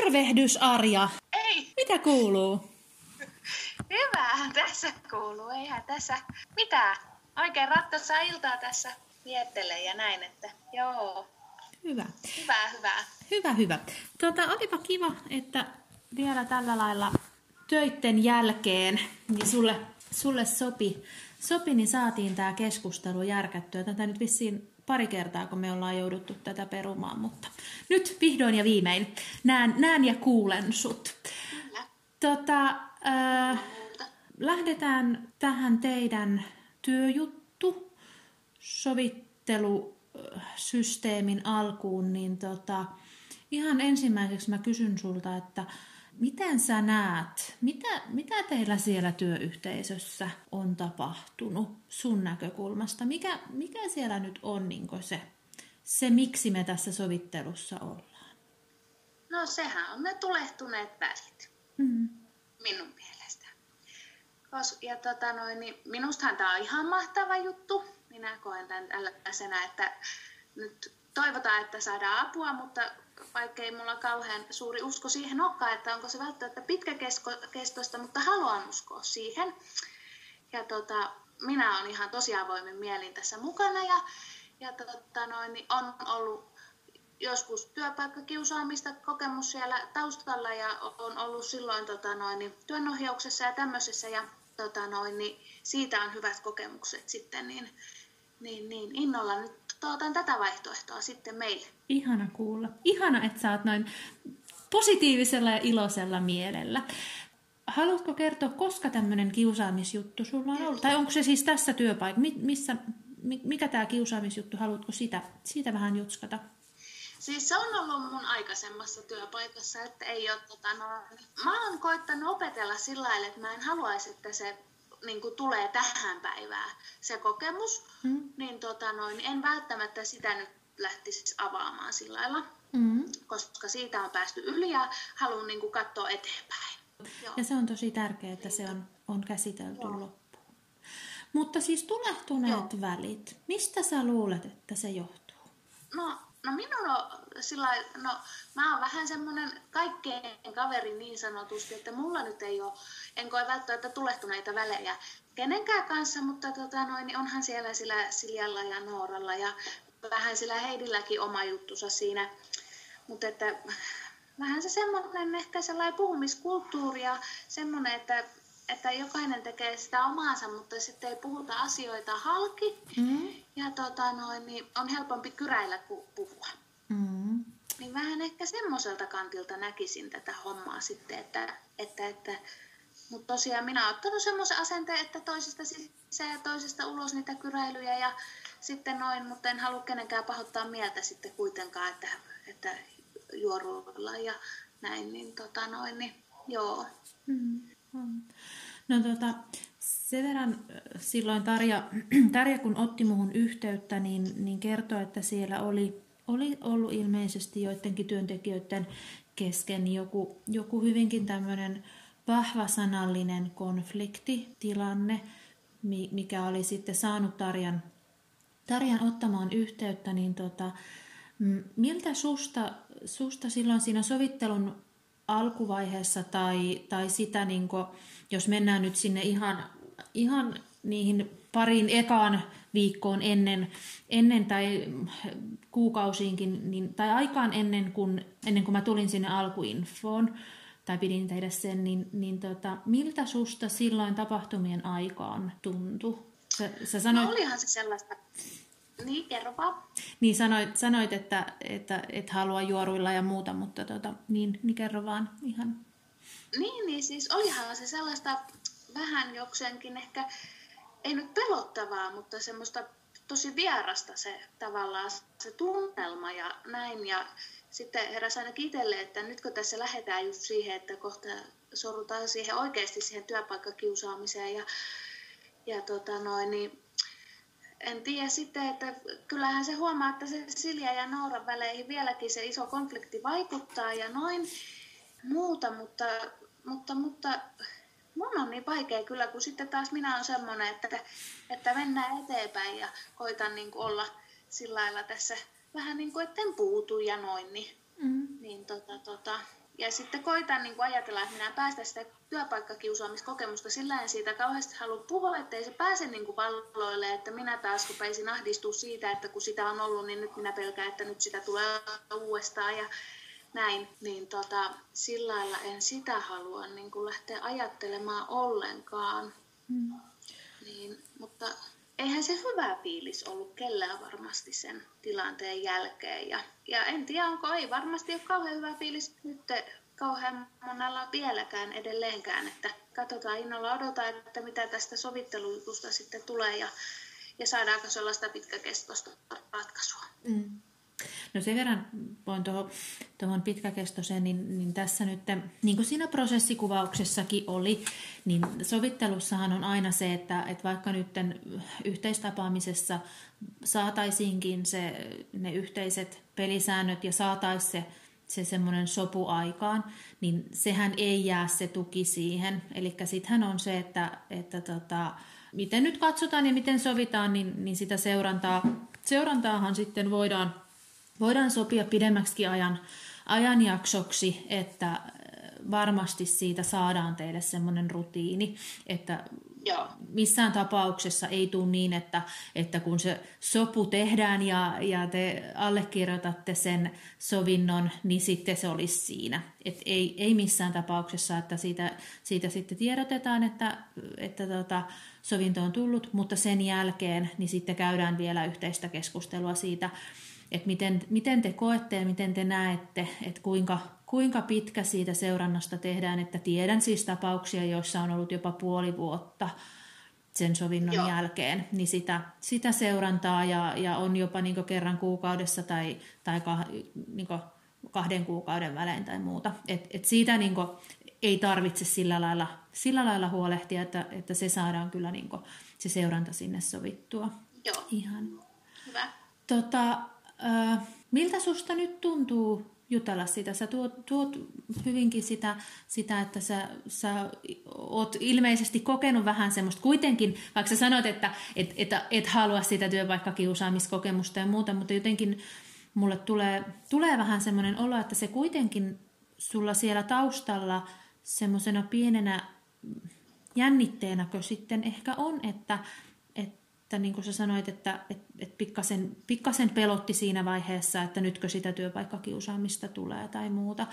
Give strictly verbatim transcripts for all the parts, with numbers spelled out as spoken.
Tervehdys, Arja. Ei. Mitä kuuluu? Hyvä, tässä kuuluu. Eihän tässä mitään. Oikein rattosaa iltaa tässä viettelee ja näin, että joo. Hyvä. Hyvä, hyvä. Hyvä, hyvä. Tuota, olipa kiva, että vielä tällä lailla töitten jälkeen niin sulle, sulle sopi, sopi, niin saatiin tämä keskustelu järkättyä. Tätä nyt vissiin pari kertaa, kun me ollaan jouduttu tätä perumaan, mutta nyt vihdoin ja viimein näen, näen ja kuulen sut. Kyllä. Tota, äh, lähdetään tähän teidän työjuttu, sovittelusysteemin alkuun, niin tota, ihan ensimmäiseksi mä kysyn sulta, että miten sä näet, mitä, mitä teillä siellä työyhteisössä on tapahtunut sun näkökulmasta? Mikä, mikä siellä nyt on niin se, se, miksi me tässä sovittelussa ollaan? No sehän on ne tulehtuneet välit, Mm. minun mielestä. Kos, ja tota noin, niin minustahan tämä on ihan mahtava juttu. Minä koen tämän tällaisena, että nyt toivotaan, että saadaan apua, mutta vaikka ei mulla kauhean suuri usko siihen olekaan, että onko se välttämättä pitkäkestoista, mutta haluan uskoa siihen. Ja tota, minä olen ihan tosi avoimen mielin tässä mukana ja, ja tota noin, niin on ollut joskus työpaikkakiusaamista kokemus siellä taustalla ja on ollut silloin tota noin, niin työnohjauksessa ja tämmöisessä ja tota noin, niin siitä on hyvät kokemukset sitten, niin, niin, niin innolla nyt otan tätä vaihtoehtoa sitten meille. Ihana kuulla. Ihana, että sä oot noin positiivisella ja iloisella mielellä. Haluatko kertoa, koska tämmöinen kiusaamisjuttu sulla on ollut? Tai onko se siis tässä työpaikassa? Missä, mikä tämä kiusaamisjuttu? Haluatko sitä, siitä vähän jutskata? Siis se on ollut mun aikaisemmassa työpaikassa, että ei ole, tota, no, mä oon koittanut opetella sillä lailla, että mä en haluaisi, että se niin kuin tulee tähän päivään se kokemus, mm. niin tota, no, en välttämättä sitä nyt lähtisi avaamaan sillä lailla, mm. koska siitä on päästy yli ja haluan niin kuin katsoa eteenpäin. Joo. Ja se on tosi tärkeää, että se on, on käsitelty Joo. loppuun. Mutta siis tulehtuneet Joo. välit, mistä sä luulet, että se johtuu? No, no minun on sillä no mä oon vähän semmoinen kaikkeen kaveri niin sanotusti, että mulla nyt ei ole, en koe välttämättä tulehtuneita välejä kenenkään kanssa, mutta tota noin, niin onhan siellä sillä Siljalla ja Nooralla ja vähän sillä Heidilläkin oma juttusa siinä, mutta että vähän se semmoinen ehkä sellainen puhumiskulttuuri ja semmoinen, että että jokainen tekee sitä omaansa, mutta sitten ei puhuta asioita halki. Mm. Ja tota noin, niin on helpompi kyräillä kuin puhua. Mm. Niin vähän ehkä semmoiselta kantilta näkisin tätä hommaa sitten. Että, että, että, mutta tosiaan minä olen ottanut semmoisen asenteen, että toisesta sisään ja toisesta ulos niitä kyräilyjä. Ja sitten noin, mutta en halua kenenkään pahoittaa mieltä sitten kuitenkaan, että, että juoruillaan ja näin. Niin, tota noin, niin joo. Mm. No tota, sen verran silloin Tarja, Tarja kun otti muhun yhteyttä, niin, niin kertoi, että siellä oli, oli ollut ilmeisesti joidenkin työntekijöiden kesken joku, joku hyvinkin tämmöinen vahvasanallinen konfliktitilanne, mikä oli sitten saanut Tarjan, Tarjan ottamaan yhteyttä, niin tota, miltä susta, susta silloin siinä sovittelun alkuvaiheessa tai, tai sitä, niin kuin, jos mennään nyt sinne ihan, ihan niihin pariin ekaan viikkoon ennen, ennen tai kuukausiinkin, niin, tai aikaan ennen kuin, ennen kuin mä tulin sinne alkuinfoon, tai pidin tehdä sen, niin, niin tota, miltä susta silloin tapahtumien aikaan tuntui? Sä, sä sanoit, no olihan se sellaista. Niin, kerro vaan. Niin sanoit, sanoit että, että et halua juoruilla ja muuta, mutta tota, niin, niin kerro vaan ihan. Niin, niin, siis olihan se sellaista vähän jokseenkin ehkä, ei nyt pelottavaa, mutta semmoista tosi vierasta se tavallaan se tunnelma ja näin. Ja sitten heräsi ainakin itselle, että nytkö tässä lähdetään just siihen, että kohta sorrutaan siihen oikeasti siihen työpaikkakiusaamiseen ja, ja tota noin, niin en tiedä sitten, että kyllähän se huomaa, että se Silja ja Nooran väleihin vieläkin se iso konflikti vaikuttaa ja noin muuta, mutta, mutta, mutta mun on niin vaikea kyllä, kun sitten taas minä olen semmoinen, että, että mennään eteenpäin ja koitan niin kuin olla sillä lailla tässä vähän niin kuin, etten puutu ja noin, niin, mm. niin tota, tota, Ja sitten koitan niin kuin ajatella, että minä päästä sitä työpaikkakiusaamiskokemusta, sillä en siitä kauheasti halua puhua, ettei se pääse niin kuin valloille, että minä taas rupeisin ahdistua siitä, että kun sitä on ollut, niin nyt minä pelkään, että nyt sitä tulee uudestaan ja näin. Niin tota, sillä lailla en sitä halua niin kuin lähteä ajattelemaan ollenkaan. Mm. Niin, mutta eihän se hyvä fiilis ollut kellään varmasti sen tilanteen jälkeen. Ja, ja en tiedä, onko ei varmasti ole kauhean hyvä fiilis nyt kauhean monella vieläkään edelleenkään. Että katsotaan innolla, odotaan, että mitä tästä sovittelujutusta sitten tulee ja, ja saadaanko sellaista pitkäkestoista ratkaisua. Mm. No sen verran voin tuohon pitkäkestoiseen, niin, niin tässä nyt, niin kuin siinä prosessikuvauksessakin oli, niin sovittelussahan on aina se, että, että vaikka nyt yhteistapaamisessa saataisiinkin se, ne yhteiset pelisäännöt ja saataisiin se, se semmoinen sopu aikaan, niin sehän ei jää se tuki siihen. Eli sittenhän on se, että, että tota, miten nyt katsotaan ja miten sovitaan, niin, niin sitä seurantaa, seurantaahan sitten voidaan Voidaan sopia pidemmäksi ajan, ajanjaksoksi, että varmasti siitä saadaan teille semmoinen rutiini, että Joo. missään tapauksessa ei tule niin, että, että kun se sopu tehdään ja, ja te allekirjoitatte sen sovinnon, niin sitten se olisi siinä. Et ei, ei missään tapauksessa, että siitä, siitä sitten tiedotetaan, että, että tota, sovinto on tullut, mutta sen jälkeen niin sitten käydään vielä yhteistä keskustelua siitä, että miten, miten te koette ja miten te näette, että kuinka, kuinka pitkä siitä seurannasta tehdään, että tiedän siis tapauksia, joissa on ollut jopa puoli vuotta sen sovinnon Joo. jälkeen, niin sitä, sitä seurantaa ja, ja on jopa niin kerran kuukaudessa tai, tai kah, niin kahden kuukauden välein tai muuta. Et, et siitä niin ei tarvitse sillä lailla, sillä lailla huolehtia, että, että se saadaan kyllä niin se seuranta sinne sovittua. Joo. Ihan. Hyvä. Tota, äh, miltä susta nyt tuntuu jutella sitä? Sä tuot, tuot hyvinkin sitä, sitä että sä, sä oot ilmeisesti kokenut vähän semmoista kuitenkin, vaikka sä sanoit, että et, et, et halua sitä työpaikkakiusaamiskokemusta ja muuta, mutta jotenkin mulle tulee, tulee vähän semmoinen olo, että se kuitenkin sulla siellä taustalla semmoisena pienenä jännitteenäkö sitten ehkä on, että, että niin kuin sä sanoit, että, että, että pikkasen, pikkasen pelotti siinä vaiheessa, että nytkö sitä työpaikkakiusaamista tulee tai muuta.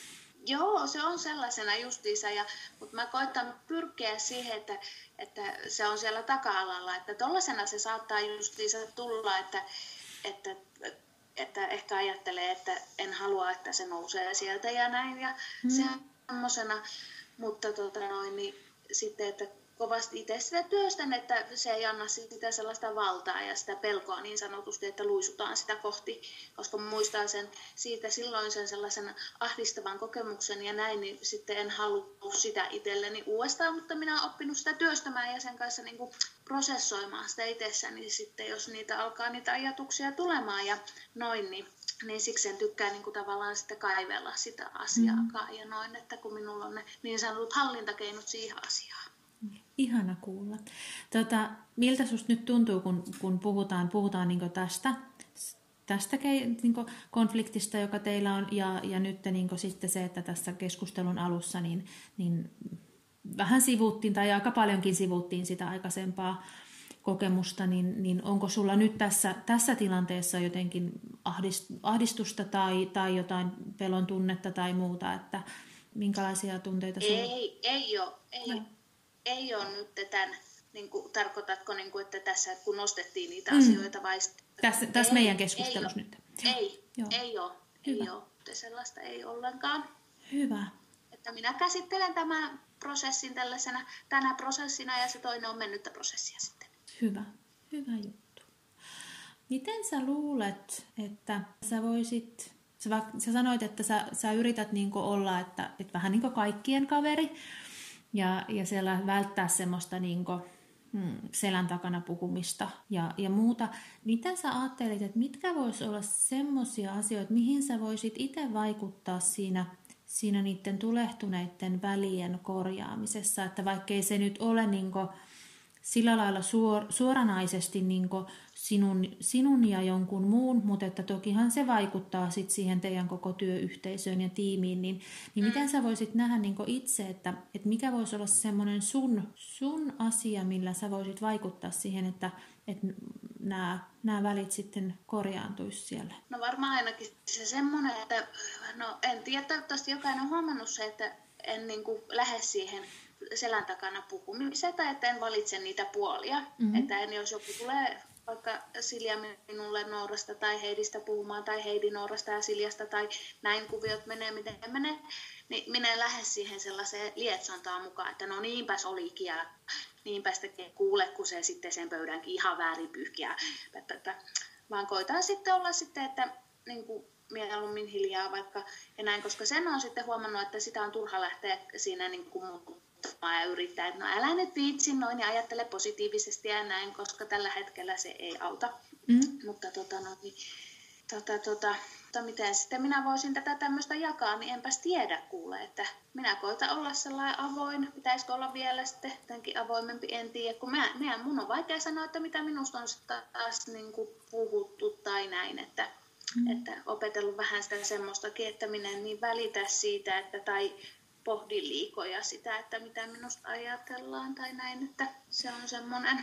Joo, se on sellaisena justiinsa, ja, mutta mä koitan pyrkiä siihen, että, että se on siellä taka-alalla, että tollaisena se saattaa justiinsa tulla, että, että, että ehkä ajattelee, että en halua, että se nousee sieltä ja näin, ja hmm. se on semmoisena, mutta tota noin, niin sitten, että kovasti itse sitä työstän, että se ei anna sitä sellaista valtaa ja sitä pelkoa niin sanotusti, että luisutaan sitä kohti, koska muistaa sen siitä silloin sen sellaisen ahdistavan kokemuksen ja näin, niin sitten en halua sitä itselleni uudestaan, mutta minä olen oppinut sitä työstämään ja sen kanssa niin kuin prosessoimaan sitä itsessäni, niin sitten jos niitä alkaa niitä ajatuksia tulemaan ja noin, niin niin siksi en tykkää niin kuin tavallaan sitten kaivella sitä asiaakaan mm. ja noin, että kun minulla on ne niin sanotut hallintakeinot siihen asiaan. Ihana kuulla. Tota, miltä susta nyt tuntuu, kun, kun puhutaan, puhutaan niin tästä, tästä niin konfliktista, joka teillä on, ja, ja nyt niin sitten se, että tässä keskustelun alussa niin, niin vähän sivuuttiin, tai aika paljonkin sivuuttiin sitä aikaisempaa kokemusta, niin, niin onko sulla nyt tässä, tässä tilanteessa jotenkin ahdistusta tai, tai jotain pelon tunnetta tai muuta, että minkälaisia tunteita sulla? Ei, ei ole. Ei, no. ei ole nyt tämän, niin kuin, tarkoitatko, niin kuin, että tässä kun nostettiin niitä mm. asioita vai? Tässä, tässä meidän keskustelussa ei nyt. Ei, Joo. ei ole. Hyvä. Ei ole. Sellaista ei ollenkaan. Hyvä. Että minä käsittelen tämän prosessin tällaisena, tänä prosessina ja se toinen on mennyttä prosessia sitten. Hyvä, hyvä juttu. Miten sä luulet, että sä voisit, sä, sä sanoit, että sä, sä yrität niinku olla, että, että vähän niin kuin kaikkien kaveri ja, ja siellä välttää semmoista niinku, hmm, selän takana puhumista ja, ja muuta. Miten sä ajattelit, että mitkä vois olla semmoisia asioita, mihin sä voisit itse vaikuttaa siinä, siinä niiden tulehtuneiden välien korjaamisessa, että vaikkei se nyt ole niinku sillä lailla suor, suoranaisesti niin sinun, sinun ja jonkun muun, mutta että tokihan se vaikuttaa sit siihen teidän koko työyhteisöön ja tiimiin, niin, niin miten sä voisit nähdä niin itse, että, että mikä voisi olla semmoinen sun, sun asia, millä sä voisit vaikuttaa siihen, että, että nämä, nämä välit sitten korjaantuisi siellä? No varmaan ainakin se semmoinen, että no en tiedä, toivottavasti jokainen on huomannut se, että en niin kuin lähde siihen selän takana puhumiseen tai että en valitse niitä puolia. Mm-hmm. Että en, jos joku tulee vaikka Silja minulle Noorasta tai Heidistä puhumaan tai Heidi Noorasta ja Siljasta tai näin kuviot menee, miten menee, niin minä en lähde siihen sellaiseen lietsontaan mukaan, että no niinpäs olikin ja niinpäs tekee kuule, kun se sitten sen pöydänkin ihan väärin pyyhkiä. Vaan koitan sitten olla sitten, että niin kuin mieluummin hiljaa vaikka ja näin, koska sen on sitten huomannut, että sitä on turha lähteä siinä niin kuin muuttamaan ja yrittää, että no älä nyt viitsi noin ja ajattele positiivisesti ja näin, koska tällä hetkellä se ei auta. Mm. Mutta tota, no, niin, tota, tota, tota, miten sitten minä voisin tätä tämmöistä jakaa, niin enpäs tiedä kuule, että minä koitan olla sellainen avoin, pitäisikö olla vielä sitten jotenkin avoimempi, en tiedä, kun minä, minä, mun on vaikea sanoa, että mitä minusta on taas niin kuin puhuttu tai näin, että Mm. Että opetellut vähän sitä semmoistakin, että minä en niin välitä siitä, että, tai pohdin liikoja sitä, että mitä minusta ajatellaan tai näin, että se on semmoinen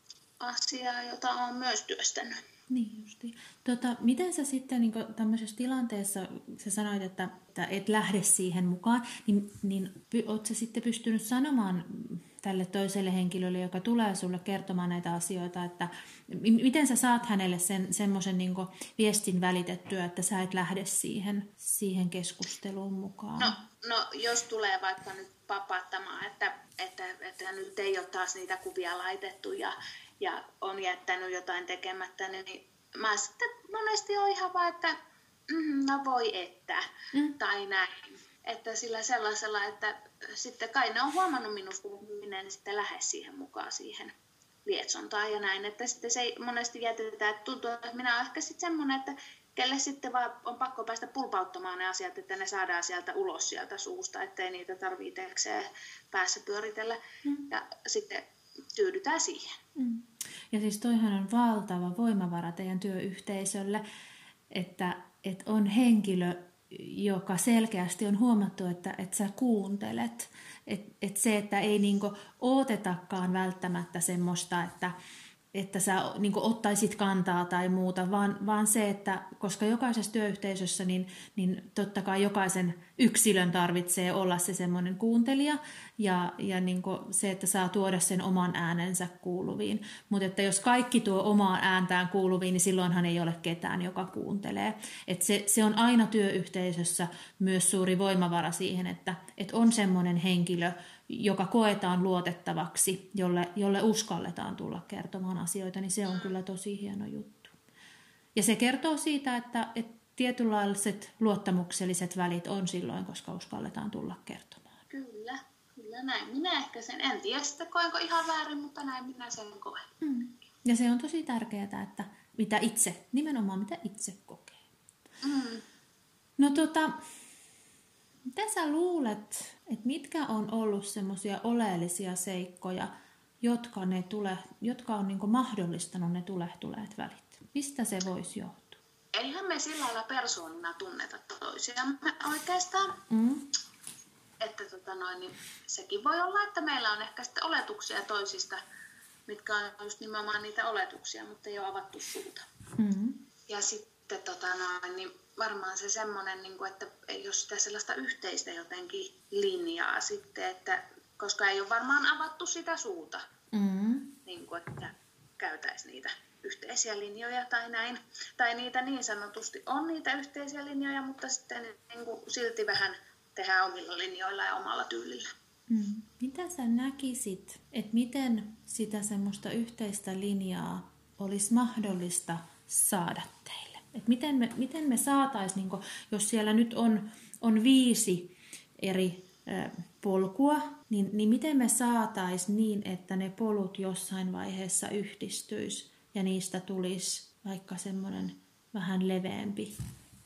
asia, jota olen myös työstänyt. Niin justi. Tota, miten sä sitten niin tämmöisessä tilanteessa, sä sanoit, että, että et lähde siihen mukaan, niin, niin oot sä sitten pystynyt sanomaan tälle toiselle henkilölle, joka tulee sulle kertomaan näitä asioita, että miten sä saat hänelle sen semmoisen niin viestin välitettyä, että sä et lähde siihen, siihen keskusteluun mukaan? No, no jos tulee vaikka nyt papattamaan, että, että, että nyt ei ole taas niitä kuvia laitettu ja, ja on jättänyt jotain tekemättä, niin mä sitten monesti on ihan vaan, että mm, no voi että, mm. tai näin. Että sillä sellaisella, että sitten kai ne on huomannut minusta, että minä en sitten lähde siihen mukaan siihen lietsontaan ja näin. Että sitten se ei monesti jätetään, että tuntuu, että minä olen ehkä sitten semmoinen, että kelle sitten vaan on pakko päästä pulpauttamaan ne asiat, että ne saadaan sieltä ulos sieltä suusta, ettei niitä tarvitse päässä pyöritellä. Mm. Ja sitten tyydytään siihen. Mm. Ja siis toihan on valtava voimavara teidän työyhteisölle, että, että on henkilö, joka selkeästi on huomattu, että, että sä kuuntelet. Että et se, että ei niinku ootetakaan välttämättä semmoista, että, että sä niinku ottaisit kantaa tai muuta, vaan, vaan se, että koska jokaisessa työyhteisössä, niin, niin totta kai jokaisen yksilön tarvitsee olla se semmoinen kuuntelija ja, ja niinku se, että saa tuoda sen oman äänensä kuuluviin. Mutta että jos kaikki tuo omaan ääntään kuuluviin, niin silloinhan ei ole ketään, joka kuuntelee. Et se, se on aina työyhteisössä myös suuri voimavara siihen, että et on semmoinen henkilö, joka koetaan luotettavaksi, jolle, jolle uskalletaan tulla kertomaan asioita, niin se on kyllä tosi hieno juttu. Ja se kertoo siitä, että, että tietynlaiset luottamukselliset välit on silloin, koska uskalletaan tulla kertomaan. Kyllä, kyllä näin. Minä ehkä sen, en tiedä sitten koenko ihan väärin, mutta näin minä sen koen. Mm. Ja se on tosi tärkeää, että mitä itse, nimenomaan mitä itse kokee. Mm. No tota... Mitä sä luulet, että mitkä on ollut semmoisia oleellisia seikkoja, jotka, ne tule, jotka on niinku mahdollistanut ne tulehtuleet välit? Mistä se voisi johtua? Eihän me sillä lailla persoonina tunneta toisiamme oikeastaan. Mm. Että tota noin, niin sekin voi olla, että meillä on ehkä sitten oletuksia toisista, mitkä on just nimenomaan niitä oletuksia, mutta ei ole avattu suuta. Mm. Ja sitten tota noin, niin varmaan se semmoinen, että ei ole sitä sellaista yhteistä jotenkin linjaa sitten, että, koska ei ole varmaan avattu sitä suuta, mm-hmm. niin kuin, että käytäisiin niitä yhteisiä linjoja tai näin. Tai niitä niin sanotusti on niitä yhteisiä linjoja, mutta sitten niin kuin silti vähän tehdään omilla linjoilla ja omalla tyylillä. Mm. Mitä sä näkisit, että miten sitä semmoista yhteistä linjaa olisi mahdollista saada teille? Et miten me, miten me saataisiin, niin jos siellä nyt on, on viisi eri ä, polkua, niin, niin miten me saataisiin niin, että ne polut jossain vaiheessa yhdistyisi ja niistä tulisi vaikka semmoinen vähän leveämpi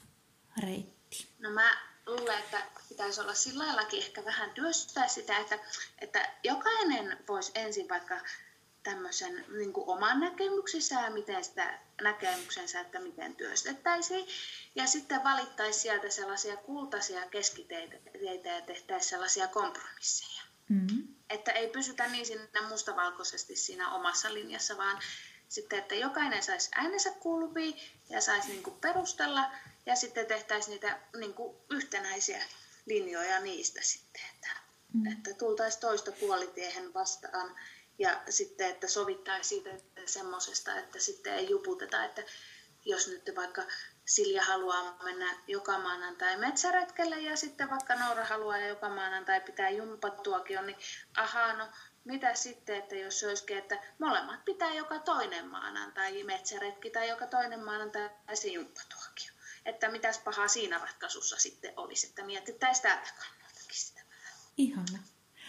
reitti? No mä luulen, että pitäisi olla sillä laillakin ehkä vähän työstää sitä, että, että jokainen voisi ensin vaikka tämmöisen niin kuin oman näkemyksensä ja miten sitä näkemyksensä, että miten työstettäisiin. Ja sitten valittaisiin sieltä sellaisia kultaisia keskiteitä ja tehtäisiin sellaisia kompromisseja. Mm-hmm. Että ei pysytä niin siinä mustavalkoisesti siinä omassa linjassa, vaan sitten, että jokainen saisi äänensä kuuluviin ja saisi niin kuin perustella ja sitten tehtäisiin niitä niin kuin yhtenäisiä linjoja niistä sitten, että, mm. että tultaisiin toista puolitiehen vastaan ja sitten, että sovittaisiin siitä semmoisesta, että sitten ei juputeta, että jos nyt vaikka Silja haluaa mennä joka maanantai metsäretkelle ja sitten vaikka Noora haluaa joka maanantai pitää jumppatuokio, niin ahaa, no mitä sitten, että jos se olisikin, että molemmat pitää joka toinen maanantai metsäretki tai joka toinen maanantai se jumppatuokio. Että mitäs pahaa siinä ratkaisussa sitten olisi, että mietittäisiin täältä kannaltakin sitä vähän. Ihana.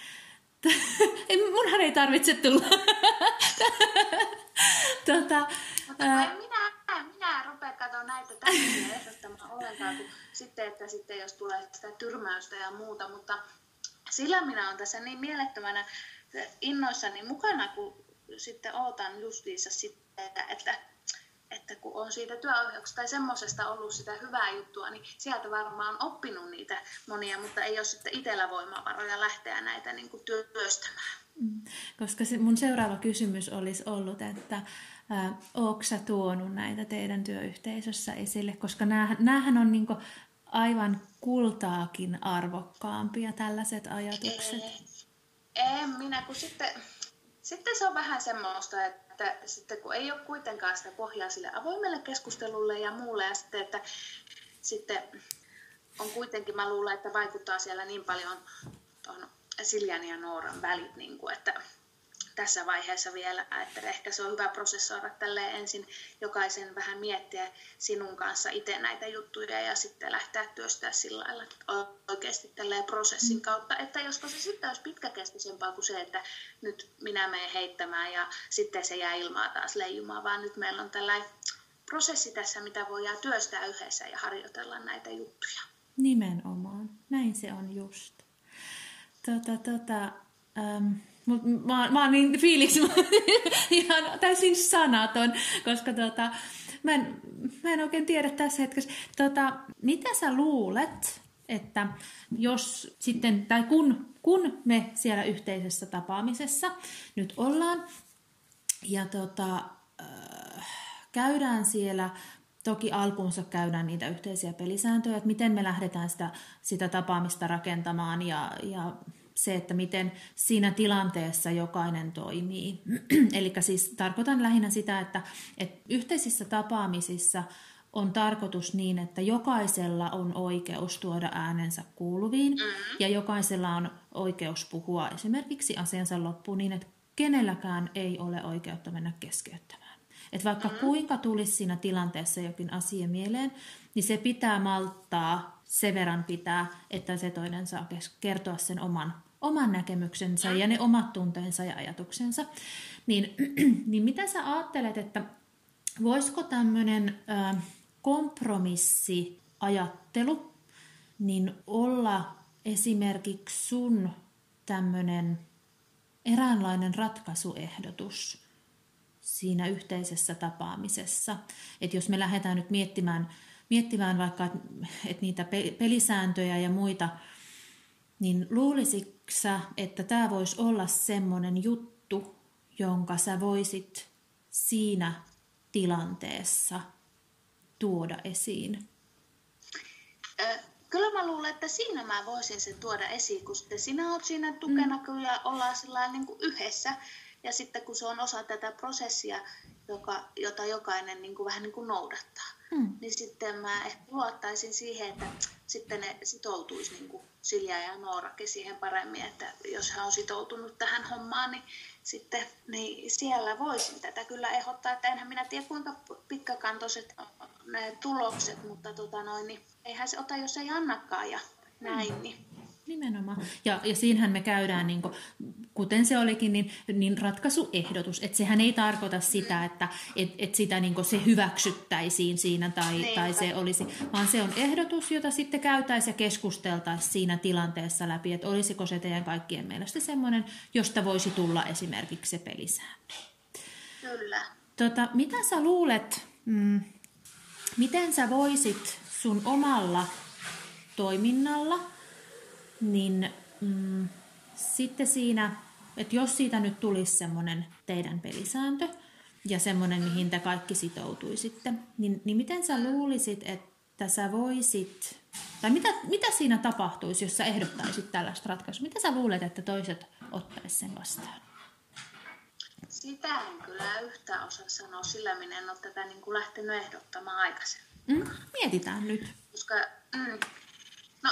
Munhan ei tarvitse tulla. tota, Mutta ää... minä, minä rupean katsomaan näitä tämmöisiä ehdottamaan ollenkaan, kun sitten, että sitten jos tulee sitä tyrmäystä ja muuta, mutta sillä minä olen tässä niin mielettömänä innoissani mukana, kun sitten ootan justiinsa sitten, että, että kun on siitä työohjauksesta tai semmoisesta ollut sitä hyvää juttua, niin sieltä varmaan on oppinut niitä monia, mutta ei ole sitten itsellä voimavaroja lähteä näitä niin kuin työstämään. Koska se mun seuraava kysymys olisi ollut, että ää, ootko sä tuonut näitä teidän työyhteisössä esille, koska näähän on niin kuin aivan kultaakin arvokkaampia tällaiset ajatukset. Ei, en minä, kun sitten, sitten se on vähän semmoista, että sitten kun ei ole kuitenkaan sitä pohjaa sille avoimelle keskustelulle ja muulle, ja sitten, että sitten on kuitenkin, mä luulen, että vaikuttaa siellä niin paljon tuon Siljan ja Nooran välit, niin kuin, että tässä vaiheessa vielä, että ehkä se on hyvä prosessoida tälleen ensin jokaisen vähän miettiä sinun kanssa itse näitä juttuja ja sitten lähteä työstää sillä lailla oikeasti tälleen prosessin kautta, että josko se sitten olisi pitkäkestoisempaa kuin se, että nyt minä menen heittämään ja sitten se jää ilmaa taas leijumaan, vaan nyt meillä on tällainen prosessi tässä, mitä voidaan työstää yhdessä ja harjoitella näitä juttuja. Nimenomaan, näin se on just. Tota, tota, ähm. Mut mä, mä oon niin fiiliksi, mä ihan täysin sanaton, koska tota, mä, en, mä en oikein tiedä tässä hetkessä. Tota, mitä sä luulet, että jos sitten, tai kun, kun me siellä yhteisessä tapaamisessa nyt ollaan, ja tota, äh, käydään siellä, toki alkuunsa käydään niitä yhteisiä pelisääntöjä, että miten me lähdetään sitä, sitä tapaamista rakentamaan ja, ja se, että miten siinä tilanteessa jokainen toimii. Eli siis tarkoitan lähinnä sitä, että, että yhteisissä tapaamisissa on tarkoitus niin, että jokaisella on oikeus tuoda äänensä kuuluviin ja jokaisella on oikeus puhua esimerkiksi asiansa loppuun niin, että kenelläkään ei ole oikeutta mennä keskeyttämään. Että vaikka kuinka tulisi siinä tilanteessa jokin asia mieleen, niin se pitää malttaa, sen verran pitää, että se toinen saa kertoa sen oman oman näkemyksensä ja ne omat tunteensa ja ajatuksensa, niin, niin mitä sä ajattelet, että voisiko tämmöinen ö, kompromissiajattelu niin olla esimerkiksi sun tämmöinen eräänlainen ratkaisuehdotus siinä yhteisessä tapaamisessa, että jos me lähdetään nyt miettimään, miettimään vaikka, että et niitä pelisääntöjä ja muita, niin luulisitko sä, että tämä voisi olla semmoinen juttu, jonka sä voisit siinä tilanteessa tuoda esiin? Kyllä mä luulen, että siinä mä voisin sen tuoda esiin, kun sitten sinä olet siinä tukena mm. kyllä ollaan sellainen niin kuin yhdessä. Ja sitten kun se on osa tätä prosessia, joka, jota jokainen niin kuin vähän niin kuin noudattaa, mm. niin sitten mä ehkä luottaisin siihen, että sitten ne sitoutuisi niin kuin Silja ja Noorakin siihen paremmin, että jos hän on sitoutunut tähän hommaan, niin sitten niin siellä voisin tätä kyllä ehdottaa, että enhän minä tiedä kuinka pitkäkantoiset ne tulokset, mutta tota noin, niin eihän se ota, jos ei annakaan ja näin. Niin. Nimenomaan. Ja, ja siinähän me käydään, niin kuin, kuten se olikin, niin, niin ratkaisuehdotus. Että sehän ei tarkoita sitä, että et, et sitä niin se hyväksyttäisiin siinä tai, tai se olisi, vaan se on ehdotus, jota sitten käytäisiin ja keskusteltaisiin siinä tilanteessa läpi, että olisiko se teidän kaikkien mielestä semmoinen, josta voisi tulla esimerkiksi se pelisääntö. Kyllä. Tota, mitä sä luulet, mm, miten sä voisit sun omalla toiminnalla, niin mm, sitten siinä, että jos siitä nyt tulisi semmoinen teidän pelisääntö ja semmoinen, mihin te kaikki sitoutuisitte, niin, niin miten sä luulisit, että sä voisit, tai mitä, mitä siinä tapahtuisi, jos sä ehdottaisit tällaista ratkaisua? Mitä sä luulet, että toiset ottaisi sen vastaan? Sitä en kyllä yhtään osaa sanoa, sillä minä en ole tätä niin kuin lähtenyt ehdottamaan aikaisemmin. Mm, mietitään nyt. Koska, mm, no,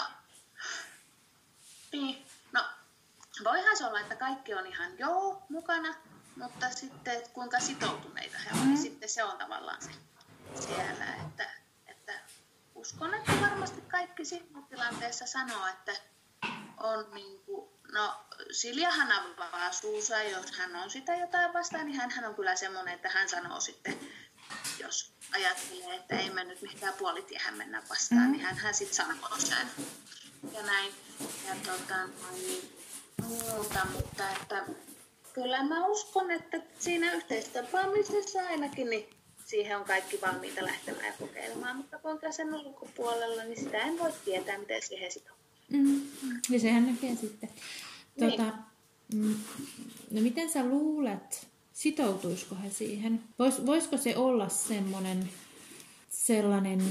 niin, no, voihan se olla, että kaikki on ihan joo mukana, mutta sitten että kuinka sitoutuneita he ovat, mm. niin sitten se on tavallaan se siellä, että, että uskon, että varmasti kaikki siinä tilanteessa sanoo, että on niin kuin, no Siljahan avaa suusa, jos hän on sitä jotain vastaan, niin hän, hän on kyllä semmoinen, että hän sanoo sitten, jos ajattelee, että ei me nyt mihinkään puolitiehän mennä vastaan, mm. niin hän, hän sitten sanoo sen ja näin. Ja tota, niin, muuta, mutta että kyllä mä uskon, että siinä yhteistapaamisessa ainakin niin siihen on kaikki valmiita lähtemään ja kokeilemaan, mutta kuinka sen ulkopuolella, niin sitä en voi tietää, miten siihen sitoo. Mm. Ja sehän näkee sitten. Tuota, niin. No miten sä luulet, sitoutuisiko he siihen? Vois, voisiko se olla semmoinen sellainen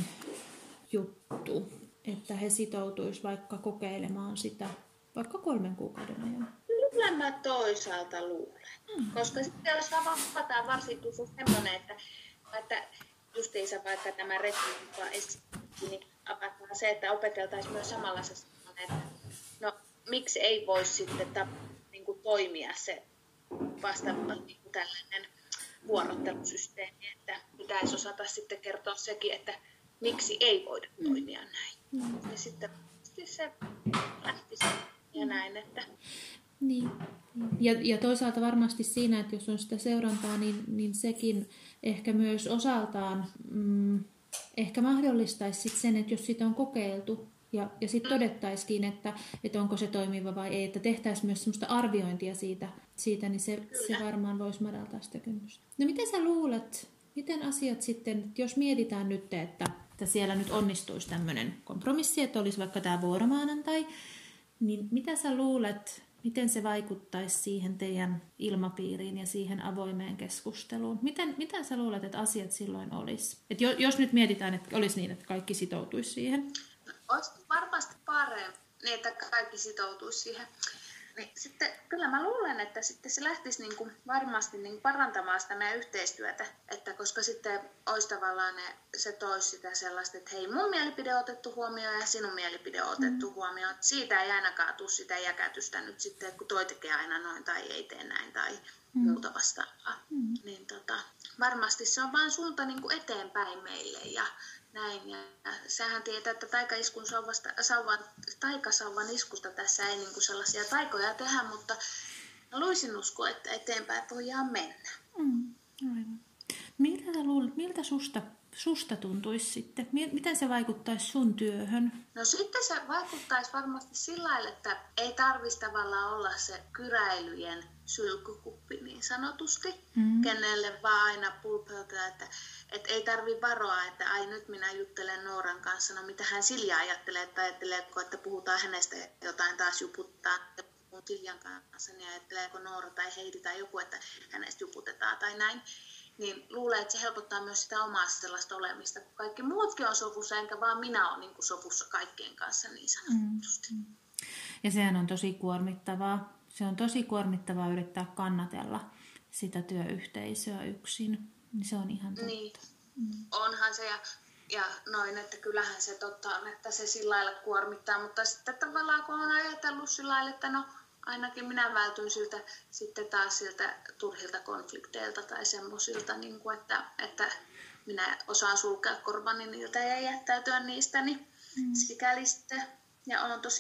juttu, että he sitoutuis vaikka kokeilemaan sitä vaikka kolmen kuukauden ajan? Kyllä mä toisaalta luulen. Mm. Koska sitten jos avataan varsinkin se semmoinen, että, että justiinsa vaikka tämä retki, niin avataan se, että opeteltaisiin myös samalla se semmoinen, että no miksi ei voisi sitten ta, niin kuin toimia se vastaava niin kuin tällainen vuorottelusysteemi, että pitäisi osata sitten kertoa sekin, että miksi ei voida toimia näin. Mm. Ja sitten se lähtisi ja näin, että niin. Ja, ja toisaalta varmasti siinä, että jos on sitä seurantaa, niin, niin sekin ehkä myös osaltaan mm, ehkä mahdollistaisi sit sen, että jos sitä on kokeiltu ja, ja sitten todettaisikin, että, että onko se toimiva vai ei, että tehtäisiin myös sellaista arviointia siitä, siitä niin se, se varmaan voisi madaltaa sitä kynnystä. No miten sä luulet, miten asiat sitten, jos mietitään nyt, että, että siellä nyt onnistuisi tämmöinen kompromissi, että olisi vaikka tämä vuoromaanantai, niin mitä sä luulet, miten se vaikuttaisi siihen teidän ilmapiiriin ja siihen avoimeen keskusteluun? Miten, miten sä luulet, että asiat silloin olisi? Et jos, jos nyt mietitään, että olisi niin, että kaikki sitoutuisi siihen. Olisi varmasti parempi, niin että kaikki sitoutuisi siihen. Niin sitten kyllä mä luulen, että sitten se lähtisi niin kuin varmasti niin kuin parantamaan sitä meidän yhteistyötä, että koska sitten olisi tavallaan ne, se toisi sitä sellaista, että hei, mun mielipide on otettu huomioon ja sinun mielipide on otettu mm. huomioon. Siitä ei ainakaan tule sitä jäkätystä nyt sitten, kun toi tekee aina noin tai ei tee näin tai mm. muuta vastaavaa. Mm. Niin tota, varmasti se on vain suunta niin kuin eteenpäin meille ja näin. Ja sähän tietää, että taikaiskun sauvasta, sauvan, taikasauvan iskusta tässä ei niinku sellaisia taikoja tehdä, mutta luisin uskoa, että eteenpäin voidaan mennä. Mm, aivan. Miltä sä luulet, miltä susta, susta tuntuisi sitten? Miten se vaikuttaisi sun työhön? No sitten se vaikuttaisi varmasti sillä lailla, että ei tarvitsisi tavallaan olla se kyräilyjen sylkykuppi niin sanotusti, mm. kenelle vaan aina pulpeutaa, että, että ei tarvitse varoa, että ai nyt minä juttelen Nooran kanssa, no mitä hän Silja ajattelee, että ajatteleeko, että puhutaan hänestä jotain taas juputtaa mun Siljan kanssa, niin ajatteleeko Noora tai Heidi tai joku, että hänestä juputetaan tai näin. Niin luulen, että se helpottaa myös sitä omaa sellaista olemista, kun kaikki muutkin on sovussa, enkä vaan minä ole niin kuin sovussa kaikkien kanssa niin sanotusti. Mm. Ja sehän on tosi kuormittavaa. Se on tosi kuormittavaa yrittää kannatella sitä työyhteisöä yksin. Se on ihan totta. Niin, mm. onhan se ja, ja noin, että kyllähän se totta on, että se sillä lailla kuormittaa, mutta sitten tavallaan kun on ajatellut sillä lailla, että no ainakin minä vältyn siltä sitten taas siltä turhilta konflikteilta tai semmoisilta, niin kuin että, että minä osaan sulkea korvani niiltä ja jättäytyä niistä, niin mm. sikäli sitten, ja olen tosiaan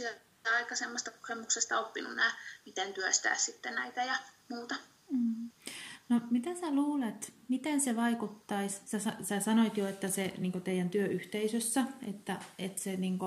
aikaisemmasta kokemuksesta oppinut nämä, miten työstää sitten näitä ja muuta. Mm. No mitä sä luulet, miten se vaikuttaisi, sä, sä sanoit jo, että se niin teidän työyhteisössä, että, että se niin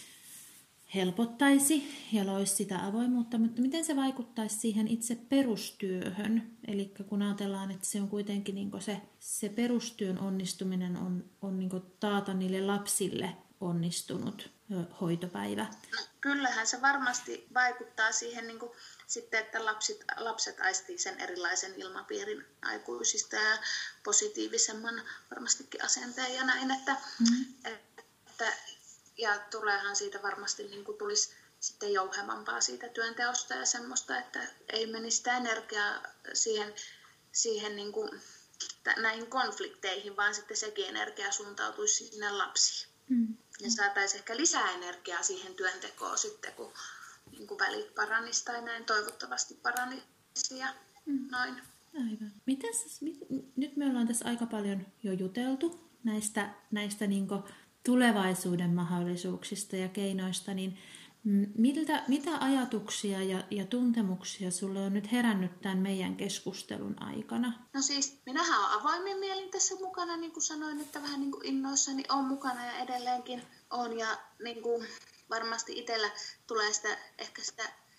helpottaisi ja loisi sitä avoimuutta, mutta miten se vaikuttaisi siihen itse perustyöhön? Eli kun ajatellaan, että se on kuitenkin niin se, se perustyön onnistuminen on, on niin taata niille lapsille onnistunut hoitopäivä. No, kyllähän se varmasti vaikuttaa siihen niin kuin, sitten, että lapset, lapset aistii sen erilaisen ilmapiirin aikuisista ja positiivisemman varmastikin asenteen ja näin, että, mm-hmm. että ja tuleehan siitä varmasti niin kuin tulisi sitten jouhevampaa siitä työnteosta ja semmoista, että ei menisi sitä energiaa siihen, siihen niin kuin, näihin konflikteihin, vaan sitten sekin energia suuntautuisi sinne lapsiin. Mm. Ja saataisiin ehkä lisää energiaa siihen työntekoon sitten, kun, niin kuin välit paranisi tai näin toivottavasti paranisi ja mm. noin. Aivan. Mites, mit, nyt me ollaan tässä aika paljon jo juteltu näistä, näistä niin kuin tulevaisuuden mahdollisuuksista ja keinoista, niin miltä, mitä ajatuksia ja, ja tuntemuksia sulle on nyt herännyt tämän meidän keskustelun aikana? No siis, minähän olen avoimin mielin tässä mukana, niin kuin sanoin, että vähän niin kuin innoissani olen mukana ja edelleenkin on. Ja niin kuin varmasti itsellä tulee sitä, ehkä sitä,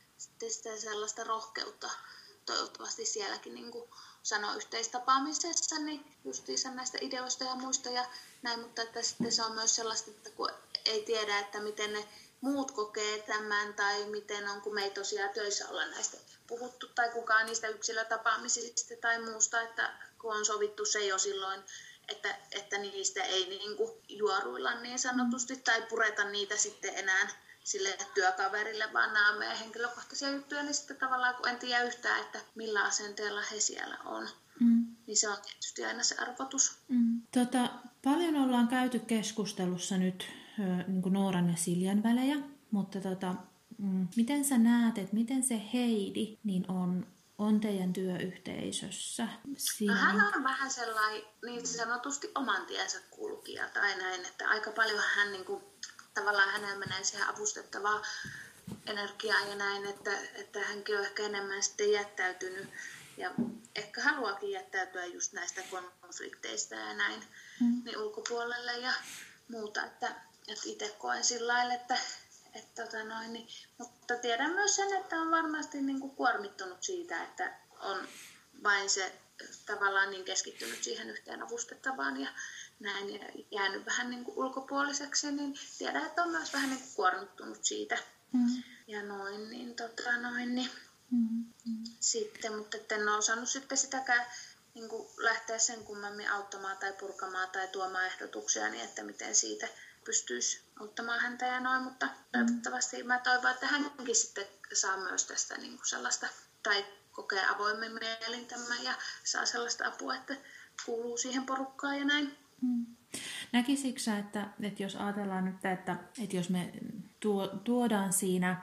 sitä sellaista rohkeutta, toivottavasti sielläkin niin kuin sanoa yhteistapaamisessa, niin justiinsa näistä ideoista ja muista ja näin, mutta että sitten se on myös sellaista, että kun ei tiedä, että miten ne muut kokee tämän tai miten on, kun me ei tosiaan töissä olla näistä puhuttu tai kukaan niistä yksilötapaamisista tai muusta, että kun on sovittu se jo silloin, että, että niistä ei niin kuin juoruilla niin sanotusti tai pureta niitä sitten enää sille työkaverille, vaan nämä on meidän henkilökohtaisia juttuja, niin sitten tavallaan kun en tiedä yhtään, että millä asenteella he siellä on, mm. niin se on tietysti aina se arvotus. Mm. Tota, paljon ollaan käyty keskustelussa nyt niin kuin Nooran ja Siljan välejä, mutta tota, mm, miten sä näet, että miten se Heidi niin on, on teidän työyhteisössä? Siinä... No, hän on vähän sellainen niin sanotusti oman tiensä kulkija tai näin, että aika paljon hän niin kuin, tavallaan hänellä menee siihen avustettavaa energiaa ja näin, että, että hänkin on ehkä enemmän sitten jättäytynyt ja ehkä haluakin jättäytyä just näistä konflikteista ja näin mm. niin ulkopuolelle ja muuta, että, että itse koen sillä lailla, että, että tota noin, niin, mutta tiedän myös sen, että on varmasti niin kuin kuormittunut siitä, että on vain se tavallaan niin keskittynyt siihen yhteen avustettavaan ja näin ja jäänyt vähän niin kuin ulkopuoliseksi, niin tiedän, että on myös vähän niin kuin kuormittunut siitä mm. ja noin, niin tota noin, niin mm. sitten, mutta en ole osannut sitten sitäkään niin kuin lähteä sen kummemmin auttamaan tai purkamaan tai tuomaan ehdotuksia, niin että miten siitä pystyisi auttamaan häntä ja noin, mutta toivottavasti mä toivon, että hänkin sitten saa myös tästä niin kuin sellaista, tai kokee avoimen mielin tämän ja saa sellaista apua, että kuuluu siihen porukkaan ja näin. Mm. Näkisikö sä, että, että jos ajatellaan nyt, että, että jos me tuo, tuodaan siinä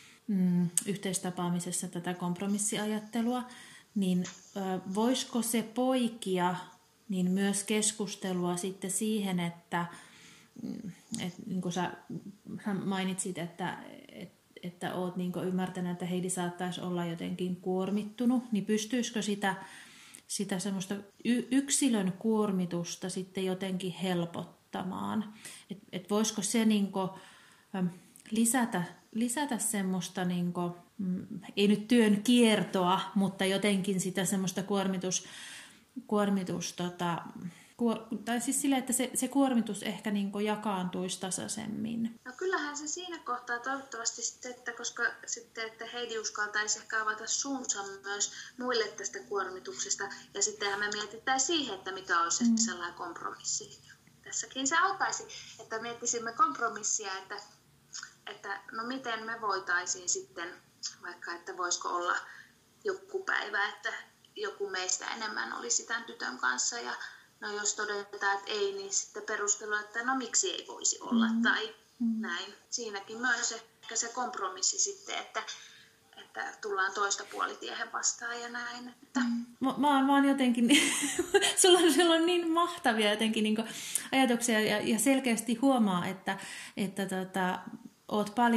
mm, yhteistapaamisessa tätä kompromissiajattelua, niin ö, voisiko se poikia niin myös keskustelua sitten siihen, että et, niin kuin sä, sä mainitsit, että et, että oot niin kuin ymmärtänyt, että Heidi saattaisi olla jotenkin kuormittunut, niin pystyisikö sitä, sitä semmoista y- yksilön kuormitusta sitten jotenkin helpottamaan? Et, et voisiko se niin kuin, lisätä, lisätä semmoista, niin kuin, ei nyt työn kiertoa, mutta jotenkin sitä semmoista kuormitus, kuormitus tota, kuor, tai siis sille, että se, se kuormitus ehkä niin kuin jakaantuisi tasaisemmin. No kyllähän se siinä kohtaa toivottavasti sitten, että koska sitten, että Heidi uskaltaisi ehkä avata suunsa myös muille tästä kuormituksesta ja sittenhän me mietitään siihen, että mikä on se mm. sellainen kompromissi. Tässäkin se auttaisi, että miettisimme kompromissia, että että no miten me voitaisiin sitten, vaikka että voisiko olla joku päivä, että joku meistä enemmän olisi tämän tytön kanssa ja no jos todetaan, että ei, niin sitten perustelu, että no miksi ei voisi olla mm-hmm. tai mm-hmm. näin. Siinäkin myös ehkä se kompromissi sitten, että, että tullaan toista puolitiehen vastaan ja näin. Että... Mä, mä, oon, mä oon jotenkin, sulla, on, sulla on niin mahtavia jotenkin niin kuin ajatuksia ja, ja selkeästi huomaa, että, että tota, oot paljon,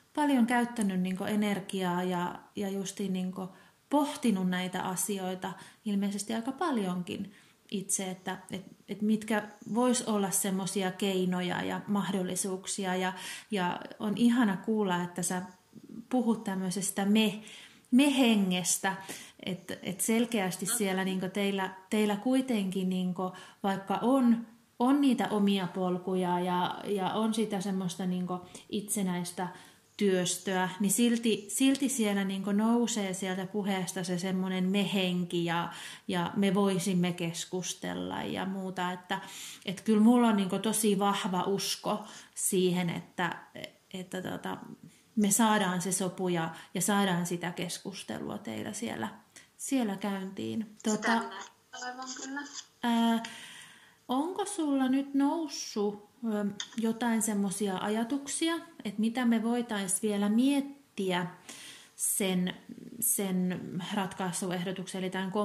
paljon käyttänyt niin kuin energiaa ja, ja justiin niin kuin pohtinut näitä asioita ilmeisesti aika paljonkin itse, että et, et mitkä vois olla semmoisia keinoja ja mahdollisuuksia. Ja, ja on ihana kuulla, että sä puhut tämmöisestä me, me-hengestä, että et selkeästi siellä niin kuin teillä, teillä kuitenkin, niin kuin, vaikka on, on niitä omia polkuja ja, ja on sitä semmoista niin kuin itsenäistä työstöä, niin silti, silti siellä niin kuin nousee sieltä puheesta se semmoinen me-henki ja, ja me voisimme keskustella ja muuta. Että, että kyllä mulla on niin kuin tosi vahva usko siihen, että, että tota, me saadaan se sopu ja, ja saadaan sitä keskustelua teillä siellä, siellä käyntiin. Tota, aivan kyllä. Ää, onko sulla nyt noussut jotain semmoisia ajatuksia, että mitä me voitaisiin vielä miettiä sen, sen ratkaisuehdotuksen, eli tämän